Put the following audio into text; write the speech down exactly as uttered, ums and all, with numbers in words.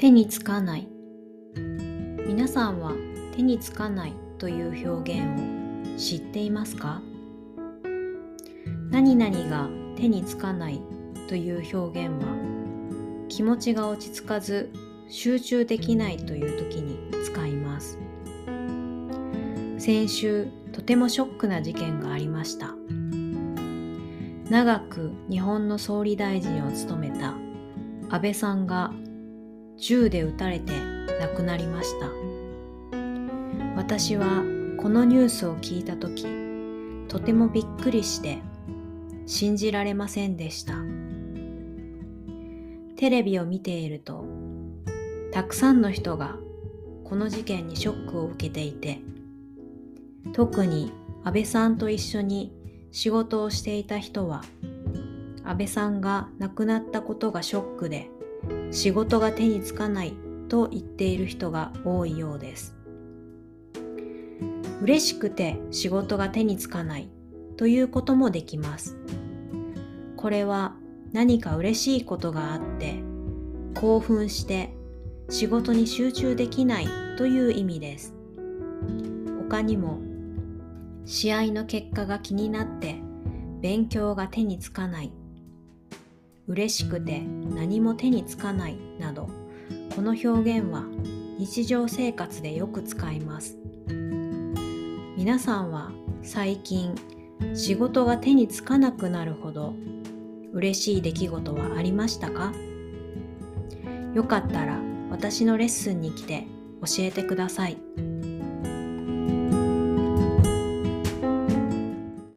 手につかない。皆さんは手につかないという表現を知っていますか？何々が手につかないという表現は、気持ちが落ち着かず集中できないという時に使います。先週、とてもショックな事件がありました。長く日本の総理大臣を務めた安倍さんが銃で撃たれて亡くなりました。私はこのニュースを聞いたとき、とてもびっくりして信じられませんでした。テレビを見ていると、たくさんの人がこの事件にショックを受けていて、特に安倍さんと一緒に仕事をしていた人は、安倍さんが亡くなったことがショックで、仕事が手につかないと言っている人が多いようです。嬉しくて仕事が手につかないということもできます。これは何か嬉しいことがあって、興奮して仕事に集中できないという意味です。他にも、試合の結果が気になって勉強が手につかない、嬉しくて何も手につかないなど、この表現は日常生活でよく使います。皆さんは最近仕事が手につかなくなるほど嬉しい出来事はありましたか？よかったら私のレッスンに来て教えてください。